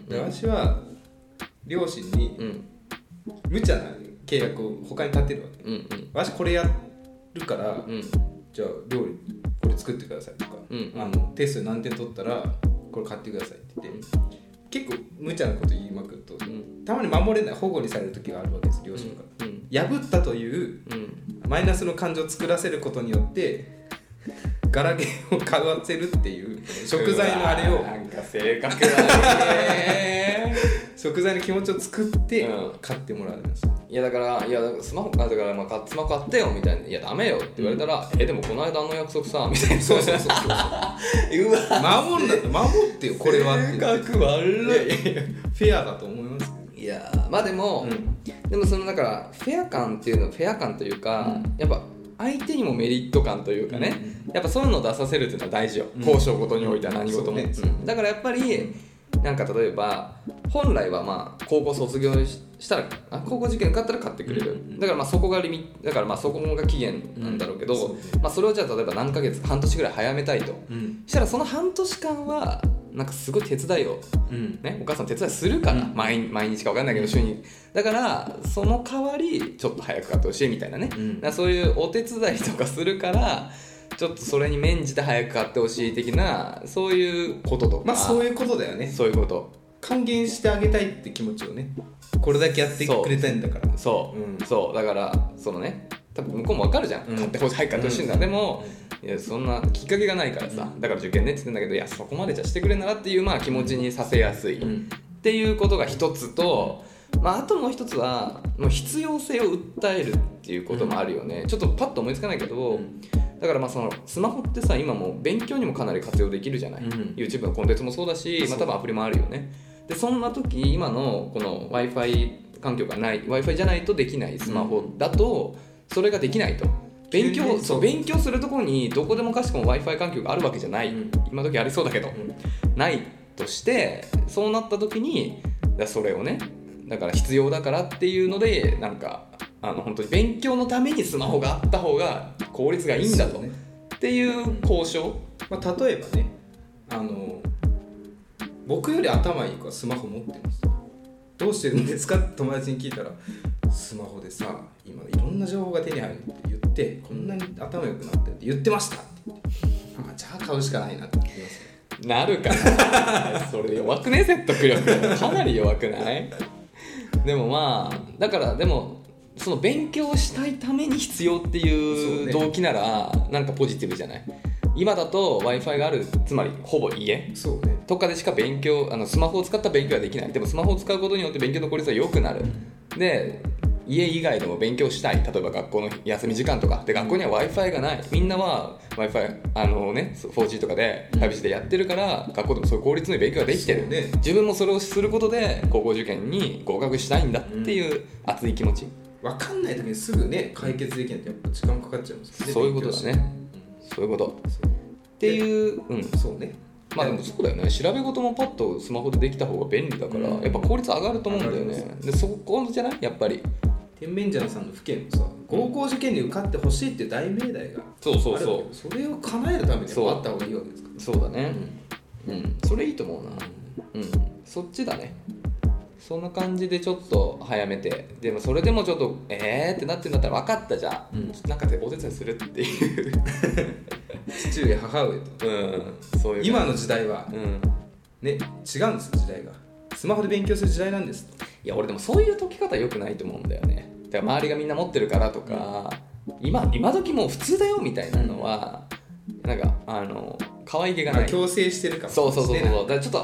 で私は両親に、うん、無茶な契約を他に立てるわけ、うんうん、私これやるから、うんじゃあ料理これ作ってくださいとか、うんうん、あのテスト何点取ったらこれ買ってくださいって言って、結構無茶なこと言いまくると、うん、たまに守れない保護にされる時があるわけです両親から、うんうん、破ったというマイナスの感情を作らせることによってガラゲーを買わせるっていう食材のあれをなんか正確だね食材の気持ちを作って買ってもらうんです、うん、 いやだからいやスマホだからまあスマホ買ってよみたいな、いやダメよって言われたら、うん、えでもこの間あの約束さみたいな、 そうそうそうそううわ守るんだって守ってよこれはって性格悪い、いやいやいやフェアだと思いますけど、いやまあでも、うん、でもそのだからフェア感っていうのフェア感というか、うん、やっぱ相手にもメリット感というかね、うん、やっぱそういうのを出させるっていうのは大事よ、うん、交渉事においては何事も、ねうん、だからやっぱりなんか例えば本来はまあ高校卒業したらあ高校受験受かったら買ってくれる、うん、だからまあそこがリミだからまあそこが期限なんだろうけど、うん そ, まあ、それをじゃあ例えば何ヶ月半年ぐらい早めたいと、うん、したらその半年間はなんかすごい手伝いを、うんね、お母さん手伝いするから、うん、毎, 毎日か分かんないけど週にだからその代わりちょっと早く買ってほしいみたいなね、うん、だからそういうお手伝いとかするからちょっとそれに免じて早く買ってほしい的なそういうこととか、 まあそういうことだよね、 そういうこと還元してあげたいって気持ちをねこれだけやってくれたんだからそう、うん、そうだからそのね多分向こうも分かるじゃん、うん、買ってほしい早く買ってほしいんだ、うん、でも、いやそんなきっかけがないからさ、だから受験ねって言ってんだけどいやそこまでじゃしてくれんならっていうまあ気持ちにさせやすい、うん、っていうことが一つと、まあ、あともう一つはもう必要性を訴えるっていうこともあるよね、うん、ちょっとパッと思いつかないけど、うん、だからまあそのスマホってさ今もう勉強にもかなり活用できるじゃない、うん、YouTube のコンテンツもそうだし、まあ、多分アプリもあるよね。でそんな時今のこの Wi-Fi 環境がない Wi-Fi じゃないとできないスマホだとそれができないと、勉強そう勉強するところにどこでもかしこも Wi-Fi 環境があるわけじゃない、うん、今時ありそうだけど、うん、ないとしてそうなった時にそれをねだから必要だからっていうのでなんかあの本当に勉強のためにスマホがあった方が効率がいいんだと、ね、っていう交渉、 まあ、例えばねあの僕より頭いい子はスマホ持ってます。どうしてるんですかって友達に聞いたらスマホでさ今いろんな情報が手に入るって言ってこんなに頭良くなってるって言ってましたって言ってあじゃあ買うしかないなって思いますね。なるかなそれ弱くね説得力かなり弱くないでもまあだからでもその勉強したいために必要っていう動機ならなんかポジティブじゃない。今だと Wi-Fi があるつまりほぼ家そうねとかでしか勉強あのスマホを使った勉強はできない。でもスマホを使うことによって勉強の効率は良くなる、うん、で家以外でも勉強したい例えば学校の休み時間とかで学校には Wi-Fi がないみんなは Wi-Fi あのね フォージー とかで ファイブジー でやってるから学校でもそういう効率のいい勉強ができてる、ね、自分もそれをすることで高校受験に合格したいんだっていう熱い気持ち、 うん、分かんない時にすぐね解決できないとやっぱ時間かかっちゃいますね。 そういうことだね、うん、そういうことっていううんそうねまあでもそうだよね調べ事もパッとスマホでできた方が便利だから、うん、やっぱ効率上がると思うんだよね。でそこじゃないやっぱり天弁者さんの父兄のさ高校受験に受かってほしいっていう大命題があるわけど、 そうそうそうそれを叶えるためにはあった方がいいわけですから。 そうだねうん、うん、それいいと思うなうん、うん、そっちだね。そんな感じでちょっと早めてでもそれでもちょっとえーってなってんだったら分かったじゃん、うん、なんかお手伝いするっていう父上母上と、うん、そういう今の時代は、うん、ね違うんです時代がスマホで勉強する時代なんです。 いや俺でもそういう解き方良くないと思うんだよね。だから周りがみんな持ってるからとか、うん、今今時もう普通だよみたいなのは、うん、なんかあの可愛げがない。 強制してるかもそうそうそうそうだからちょっと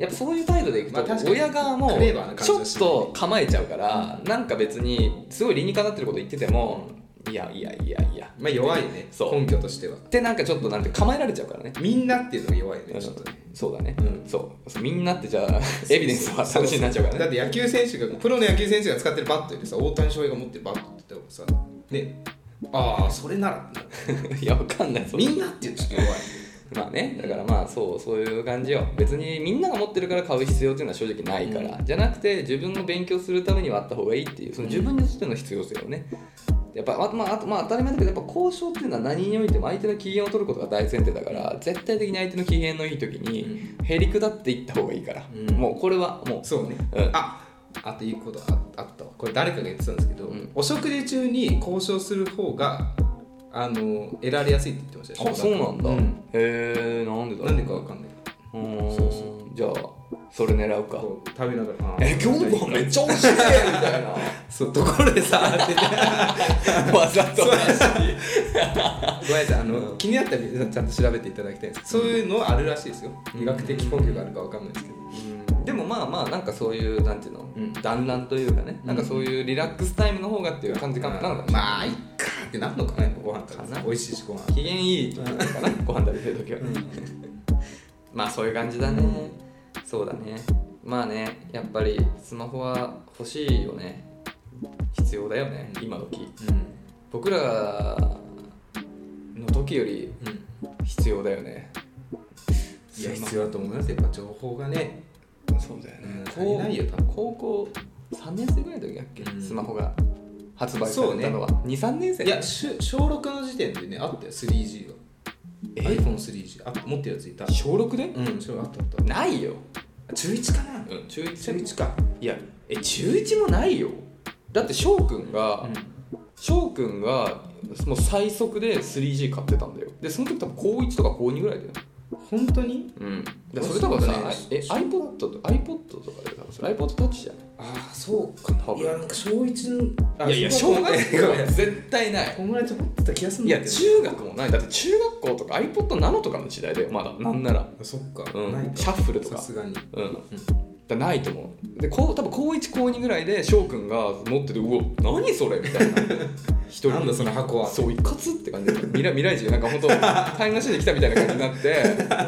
やっぱそういう態度でいくと、 まあ、 親側もクレーバーな感ちょっじがしてるねと構えちゃうから、うん、なんか別にすごい理にかなってること言ってても、いやいやいやいや、 まあ弱いね、 そう根拠としては。 でなんかちょっとなんて構えられちゃうからね。 みんなっていうのが弱いね、 うん、 ちょっとね。 そうだね、 うん、 そうみんなってじゃあエビデンスは話になっちゃうからね。 だって野球選手がプロの野球選手が使ってるバットよりさ、大谷翔平が持ってるバットって言ったらさね、ああそれならいやわかんない、 みんなっていうのちょっと弱いまあね、だからまあそうそういう感じよ。別にみんなが持ってるから買う必要っていうのは正直ないから、うん、じゃなくて自分の勉強するためにはあった方がいいっていう、その自分にとっての必要性をね、やっぱ、まあ、あとまあ当たり前だけど、やっぱ交渉っていうのは何においても相手の機嫌を取ることが大前提だから、絶対的に相手の機嫌のいい時にへりくだっていった方がいいから、うん、もうこれはもうそうね、うん、ああということあったわ。これ誰かが言ってたんですけど、うん、お食事中に交渉する方があの得られやすいって言ってましたよ。 あ、そうなんだ、うん、へえ、なんでだろう。 なんでかわかんない。 うん、そうそう、じゃあそれ狙うか。 う食べながら、 え、今日のご飯めっちゃ美味しいねみたいなそうところでさわざとごめんなさい、あの、うん、気になったらちゃんと調べていただきたいんです。そういうのあるらしいですよ、うん、医学的根拠があるかわかんないですけど、 うん、でもまあまあなんかそういうなんていうの、うん、団らんというかね、なんかそういうリラックスタイムの方がっていう感じかなのかもしれない。 まあいっかってなんのかな、ご飯食べて美味しいしご飯機嫌いい時かなご飯食べてる時は、うん、まあそういう感じだね、うん、そうだね。まあね、やっぱりスマホは欲しいよね、必要だよね、今時、うん、僕らの時より必要だよね、 うん、いや必要だと思います。やっぱ情報がね、 そうだよね、 足りないよ。 高校さんねん生ぐらいの時だっけ、うん、スマホが発売されたのは、ね、にさんねん生。 いや小ろくの時点でねあったよ スリージー が。え アイフォンスリージー あ持ってるやついた。 小ろくで？ うん、小あったあった。 ないよ。 中いちかな。 うん、中いち。 中いちか。 いや、え中いちもないよ。だって翔くんが、翔くんがもう最速で スリージー 買ってたんだよ。でその時多分高いちとか高にぐらいだよ。 本当に？ うん。でそれ多分さ、え iPod と iPod とかで多分それ iPod タッチじゃない。 ああそうか。多分いやなんか小いちのいやいや小学校は絶対ない。 友達持ってた気がするんだけど。 いや中学もない。だって中学校とか iPod ナノとかの時代だよまだ。なんなら。 そっか。 うん。シャッフルとか。 さすがに。 うん。だないと思う。でこう多分高いち高にぐらいで翔くんが持ってて、うわ何それみたいな。 一人なんだその箱は。 そう一括って感じで未来未来人なんか本当タイムマシンに来たみたいな感じになって。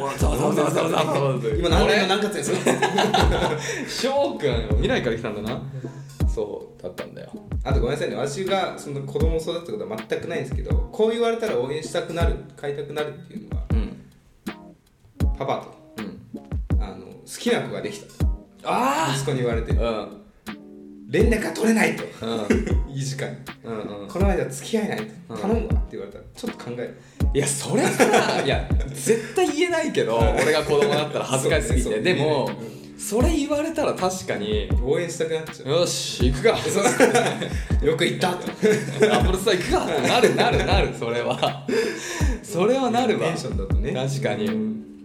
今何年の何月ですか。 翔くん未来から来たんだな。そうだったんだよ。 あとごめんなさいね、私がその子供を育てたことは全くないんですけど、こう言われたら応援したくなる、買いたくなるっていうのは、うん、パパと、うん、あの好きな子ができた。ああ息子に言われて、うん、連絡が取れないと、うん、いい時間に、うんうん、この間付き合えないと、頼むわって言われたらちょっと考える。 いやそれさいや絶対言えないけど俺が子供だったら恥ずかしすぎて、でも、うん、それ言われたら確かに応援したくなっちゃう。 よし行くかよく言ったとアップルスター行くかってなるなるなるそれはそれはなるわ。 テンションだとね確かに、うん、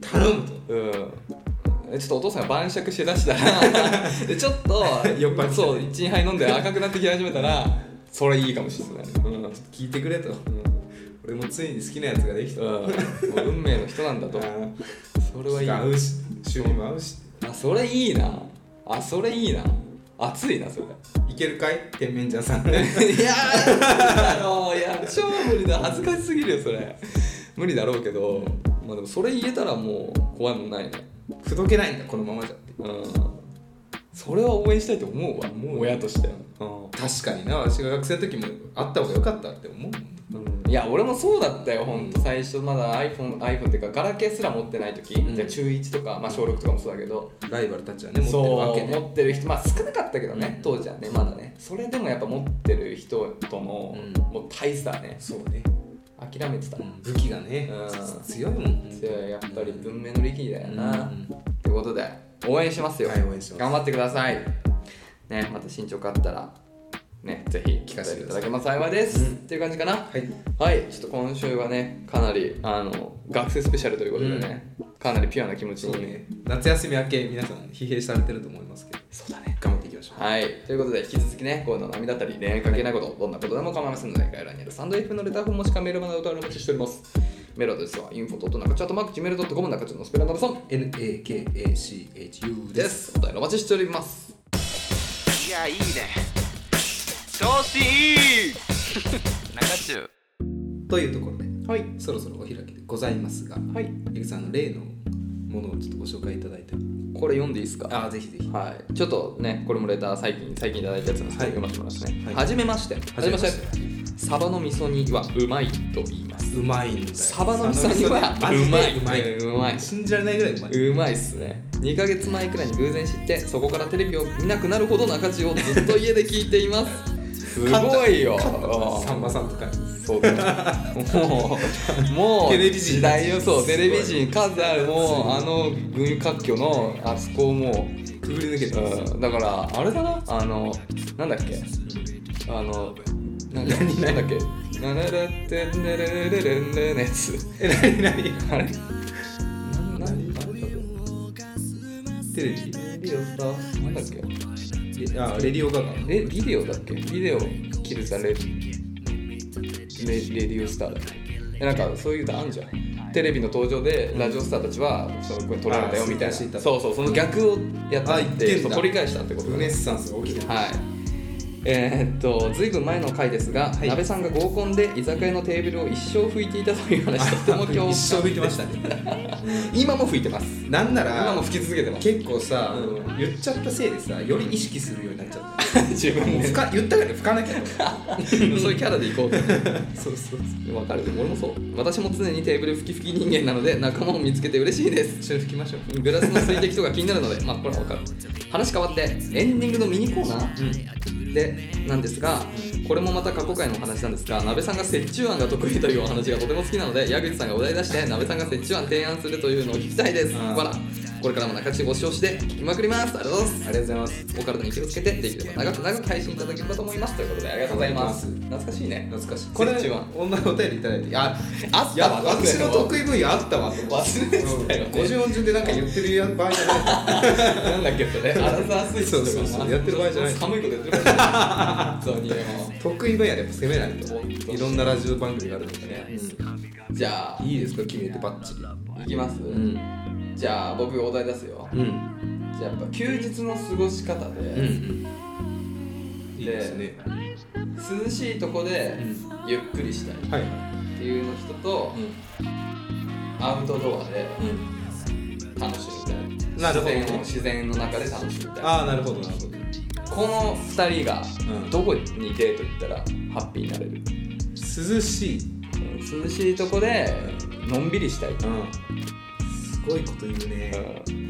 頼むと、 うんちょっとお父さんが晩酌しだしたらちょっと酔っ払ってそう いちにはい飲んで赤くなってき始めたらそれいいかもしれない、 うん、聞いてくれと、うん、俺もついに好きなやつができた、うん、もう運命の人なんだとそれはいい。 合うし趣味も合うし、 あそれいいなあそれいいな熱いなそれ。 いけるかい天面者さんいやーだろういや超無理だ恥ずかしすぎるよそれ無理だろうけど、まあでもそれ言えたらもう怖いもんないね。 くどけないんだこのままじゃって、 うん、それは応援したいと思うわもう親として、 うん、確かにな私が学生の時もあった方が良かったって思う、 うん、いや俺もそうだったよほんと最初まだ iPhone, iPhone っていうかガラケーすら持ってない時、うん、じゃあ中いちとか、まあ、小ろくとかもそうだけどライバルたちはね持ってるわけね。 そう持ってる人まあ少なかったけどね、うん、当時はねまだねそれでもやっぱ持ってる人との、うん、もう大差ね。 そうね諦めてた、うん、 武器がね、うん、強いもん強いやっぱり文明の利器だよな、うん、ってことで応援しますよ、 はい、応援します。 頑張ってくださいね。また進捗あったらねぜひ聞かせていただけます幸いです、うん、っていう感じかな。はい、はい、ちょっと今週はねかなりあの学生スペシャルということでね、うん、かなりピュアな気持ちに、 ね、夏休み明け皆さん疲弊されてると思いますけど、 そうだね頑張っていきましょう。 はいということで引き続きねこういうの波だったり恋愛関係ないこと、はい、どんなことでも構いませんので概要欄にあるサンド F のレターフォームもしくはメールまでお便りお待ちしております。 メールアドレスは インフォ ドットナカチャットマーク ジーメール ドットコム 中地のスペランダルソンエヌエーケーエーシーエイチユーでですす。お便りお待ちしております。 いやいいね調子いい中中というところで、 はい、 そろそろお開きでございますが、 はい、 エグさんの例のものをちょっとご紹介いただいて。 これ読んでいいですか？ あ、ぜひぜひ。 はい、ちょっとね、これもレター最近最近いただいたやつなんですけど、読ませてもらいますね。 はい、 はじめまして。 はじめまして。 サバの味噌煮はうまいと言います。 うまいんだよ。 サバの味噌煮はうまい。 うまい。 うまい。 信じられないぐらいうまい。 うまいっすね。にかげつまえくらいに偶然知って、そこからテレビを見なくなるほど中地をずっと家で聞いています。すごいよ。 さんまさんとか。 そうだもうもうテレビ人時代よ。そうテレビ人数ある。もうあの軍割拠のあそこをもうくぐり抜けてます、 うん、だからあれだな、あのなんだっけ、うん、あのなんだ何なんだっけナララテンレレレレレンレのやつ。 え、なになにあれなにテレビレディオスターなんだっけ、 あ、レディオガガえ、ビデオだっけ、ビデオキルザレレレディオスターだっけ、なんかそういうのあんじゃん。テレビの登場でラジオスターたちはその撮られたよみたいな、そうそう、その逆をやったってそう取り返したってことルネッサンスが起きてる。 はい。えー、っとずいぶん前の回ですが、 はい、 鍋さんが合コンで居酒屋のテーブルを一生拭いていたという話、とても興味一生拭いてましたね今も拭いてます。 なんなら今も拭き続けてます。 結構さ、 うん、 言っちゃったせいでさ、より意識するようになっちゃった自分もう言ったから拭かなきゃそういうキャラでいこうとそうそうそう、 分かる。俺もそう。私も常にテーブル拭き拭き人間なので仲間を見つけて嬉しいです。 一緒に拭きましょう。 グラスの水滴とか気になるので、まあこれは分かる。話変わってエンディングのミニコーナー、うん、でなんですが、これもまた過去回のお話なんですが、鍋さんが折衷案が得意というお話がとても好きなので、矢口さんがお題出して鍋さんが折衷案提案するというのを聞きたいです。ほら、これからも中地ご視聴して聞きまくります。ありがとうございます。 ありがとうございます。 お体に気をつけてできれば長く長く配信いただければと思いますということで、ありがとうございます。懐かしいね。 懐かしい。これ女のお便りいただいて、あ、 あったわ。 私の得意分野あったわと忘れてたよね。 ごじゅう音順でなんか言ってる場合じゃないなんだっけそれ、アラザースイッチとか。 そうそうそう、やってる場合じゃない。 寒いことやってる場合じゃない。 得意分野でやっぱ攻めないといろんなラジオ番組があるのでね、 うん、じゃあいいですか、決めてバッチリいきます、うん、じゃあ僕お題出すよ、うん、じゃあやっぱ休日の過ごし方で、うんうん、 いいですね。 涼しいとこでゆっくりしたいっていうの人と、うん、アウトドアで楽しみたい、なるほど、自然を自然の中で楽しみたい。 ああ、なるほどなるほど。 このふたりがどこにデート行ったらハッピーになれる？ 涼しい、 涼しいとこでのんびりしたい、うん、 すごいこと言うね、 うん、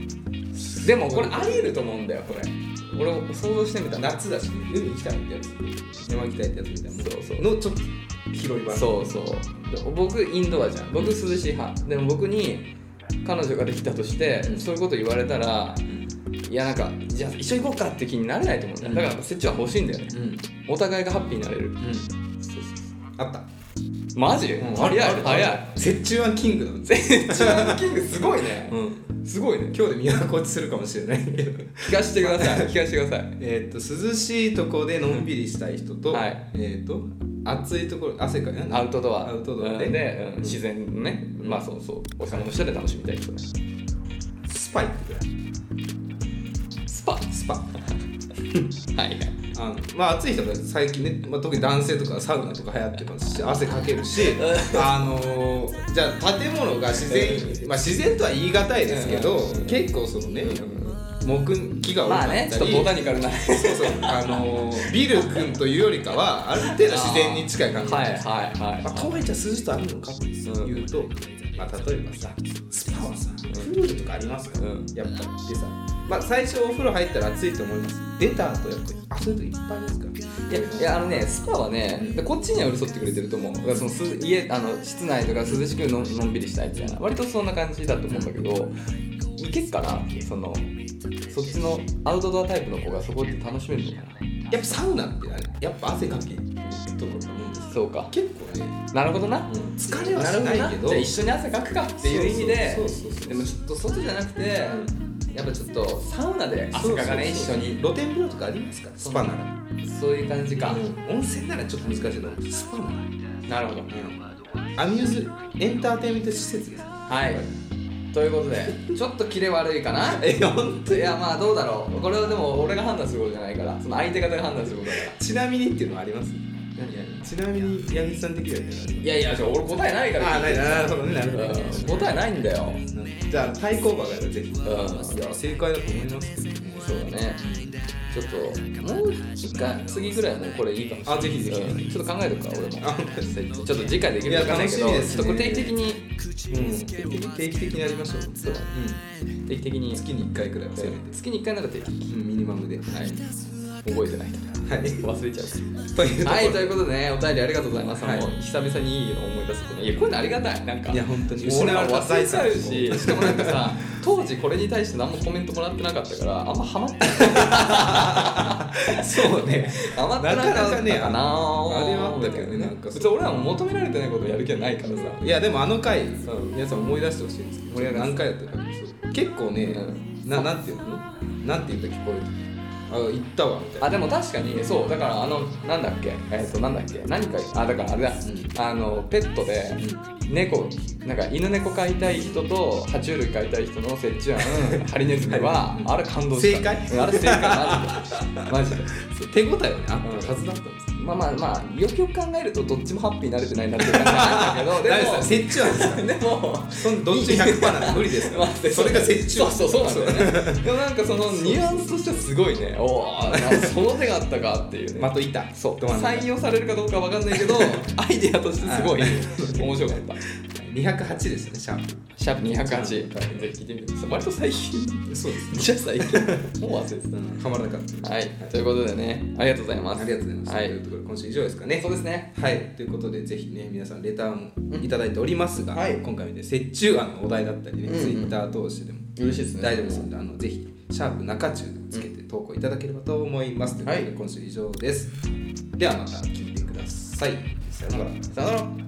でもこれありえると思うんだよ。これ俺想像してみた。 夏だし海行きたいってやつ、山行きたいってやつみたいな、 そうそうのちょっと広い場合、 そうそう僕インドアじゃん。僕涼しい派でも、僕に彼女ができたとして、うん、そういうこと言われたら、いやなんかじゃあ一緒に行こうかって気になれないと思うんだよ。だから折衷は欲しいんだよね、うん、お互いがハッピーになれる、うん、そうそうそう。 あった。 マジ？うん、早い早い。 折衷案キングだもん。 折衷案キングすごいね、うん、すごいね。 今日で都落ちするかもしれないけど聞かせてください聞かせてください。 えっと涼しいとこでのんびりしたい人と、はい、えっと暑いところ汗かいアウトドアアウトドアで、 で、うん、自然のね、うん、まあそうそうお日様の下で楽しみたい人ね。 スパイってくらい。 スパスパはいはい。 あのまあ暑い人が最近ね、まあ、特に男性とかサウナとか流行ってますし、汗かけるしあのー、じゃあ建物が自然、まあ自然とは言い難いですけど、結構そのね、木木が多かったり、まあね、 ちょっとボタニカルなそうそう、あのー、ビル君というよりかはある程度自然に近い感じ。 はいはいはい。 まあ、とはいえじゃあ涼しさあるのかっていうと、うん、まあ例えばさ、スパはさ、プールとかありますか、うん、やっぱりでさ、まあ最初お風呂入ったら暑いと思います。出た後やっぱりあ、そういうといっぱいですか。 いやいや、あのね、スパはね、うん、こっちには寄り添ってくれてると思う。だからその家、あの室内とか涼しく の, のんびりしたいみたいな、割とそんな感じだと思うんだけど、いけっかな、そのそっちのアウトドアタイプの子がそこで楽しめるのかな。 やっぱサウナってやっぱ汗かけるところだと思うんです。 そうか、 結構ね。 なるほどな、うん、 疲れはしないけど、 じゃあ一緒に汗かくかっていう意味で、 そうそうそうそう、 でもちょっと外じゃなくて、うん、やっぱちょっとサウナで汗かかね、一緒に。 露天風呂とかありますか、スパなら。 そういう感じか、 うん、温泉ならちょっと難しいけど、スパなら。 なるほど、うん、 アミューズエンターテインメント施設です。 はいということでちょっとキレ悪いかなえ本当いやまあどうだろうこれはでも俺が判断することじゃないからその相手方が判断することだからちなみにっていうのはあります？ 何何ちなみに矢口さん的には何？ いやいやちょ俺答えないからあないなるほどねなるほど、 うん答えないんだよじゃあ対抗馬がぜひ、 うんいや正解だと思いますけどね。 そうだねちょっともう一回次ぐらいはもうこれいいかもしれない。 あぜひぜひ、 うんちょっと考えとくか俺もあ本当ですね。 ちょっと次回できるか分かんないけどいや楽しみですねちょっとこれ定期的にうん定期的定期的にやりましょう。 そうだね定期的に月にいっかいくらいはせめて、 月にいっかいなんか定期的うん、ミニマムで、はい、 覚えてないとはい、 忘れちゃうというところではいということでねお便りありがとうございます、 はいもう久々にいいの思い出すとねいやこういうのありがたいなんかいや本当に失われた財産財し産しかもなんかさ当時これに対して何もコメントもらってなかったからあんまハマってないそうねハマってなかったかななかなかねあれはあったけどねなんか別に俺らも求められてないことをやる気はないからさいやでもあの回、 ん皆さん思い出してほしいんですけど、 盛り上がる何回やったか結構ね、 うななんていうのなんて言ったっけこれあ行ったわみたいな。 あでも確かにそうだからあのなんだっけえっ、となんだっけ何かあだからあれだ、 うんあのペットで猫なんか犬猫飼いたい人と爬虫類飼いたい人の折衷案ハリネズミはあれ感動した正解うんあれ正解マジでマジでそう手応えはねあったはずだったんですよ。 まあまあまあよくよく考えるとどっちもハッピーになれてないなっていう感じなんだけどで大丈夫もです折衷案ですからでもそんどっち ひゃくパーセント なんて無理ですから、 まあそれが折衷案。 そうそうそうなんだよねでもなんかそのニュアンスとしてはすごいねおおその手があったかっていうね的いたそうど真ん中採用されるかどうかわかんないけどアイデアとしてすごい面白かったにひゃくはちですねシャープ。 シャープにひゃくはちぜひ聞いてみてください割と最近そうですね。 じゃあ最近もう忘れてうんはまらなかった。 たはいということでねありがとうございますありがとうございます。 はいというところで今週以上ですかね。 そうですねはい、ということでぜひね皆さんレターもいただいておりますが、 はい今回はね折衷案のお題だったりね、 うんうんツイッター通してでも嬉しいですね大丈夫ですのであのぜひシャープ中中つけて投稿いただければと思います、ということで今週以上です。ではまた聞いてください。さようなら。 さよなら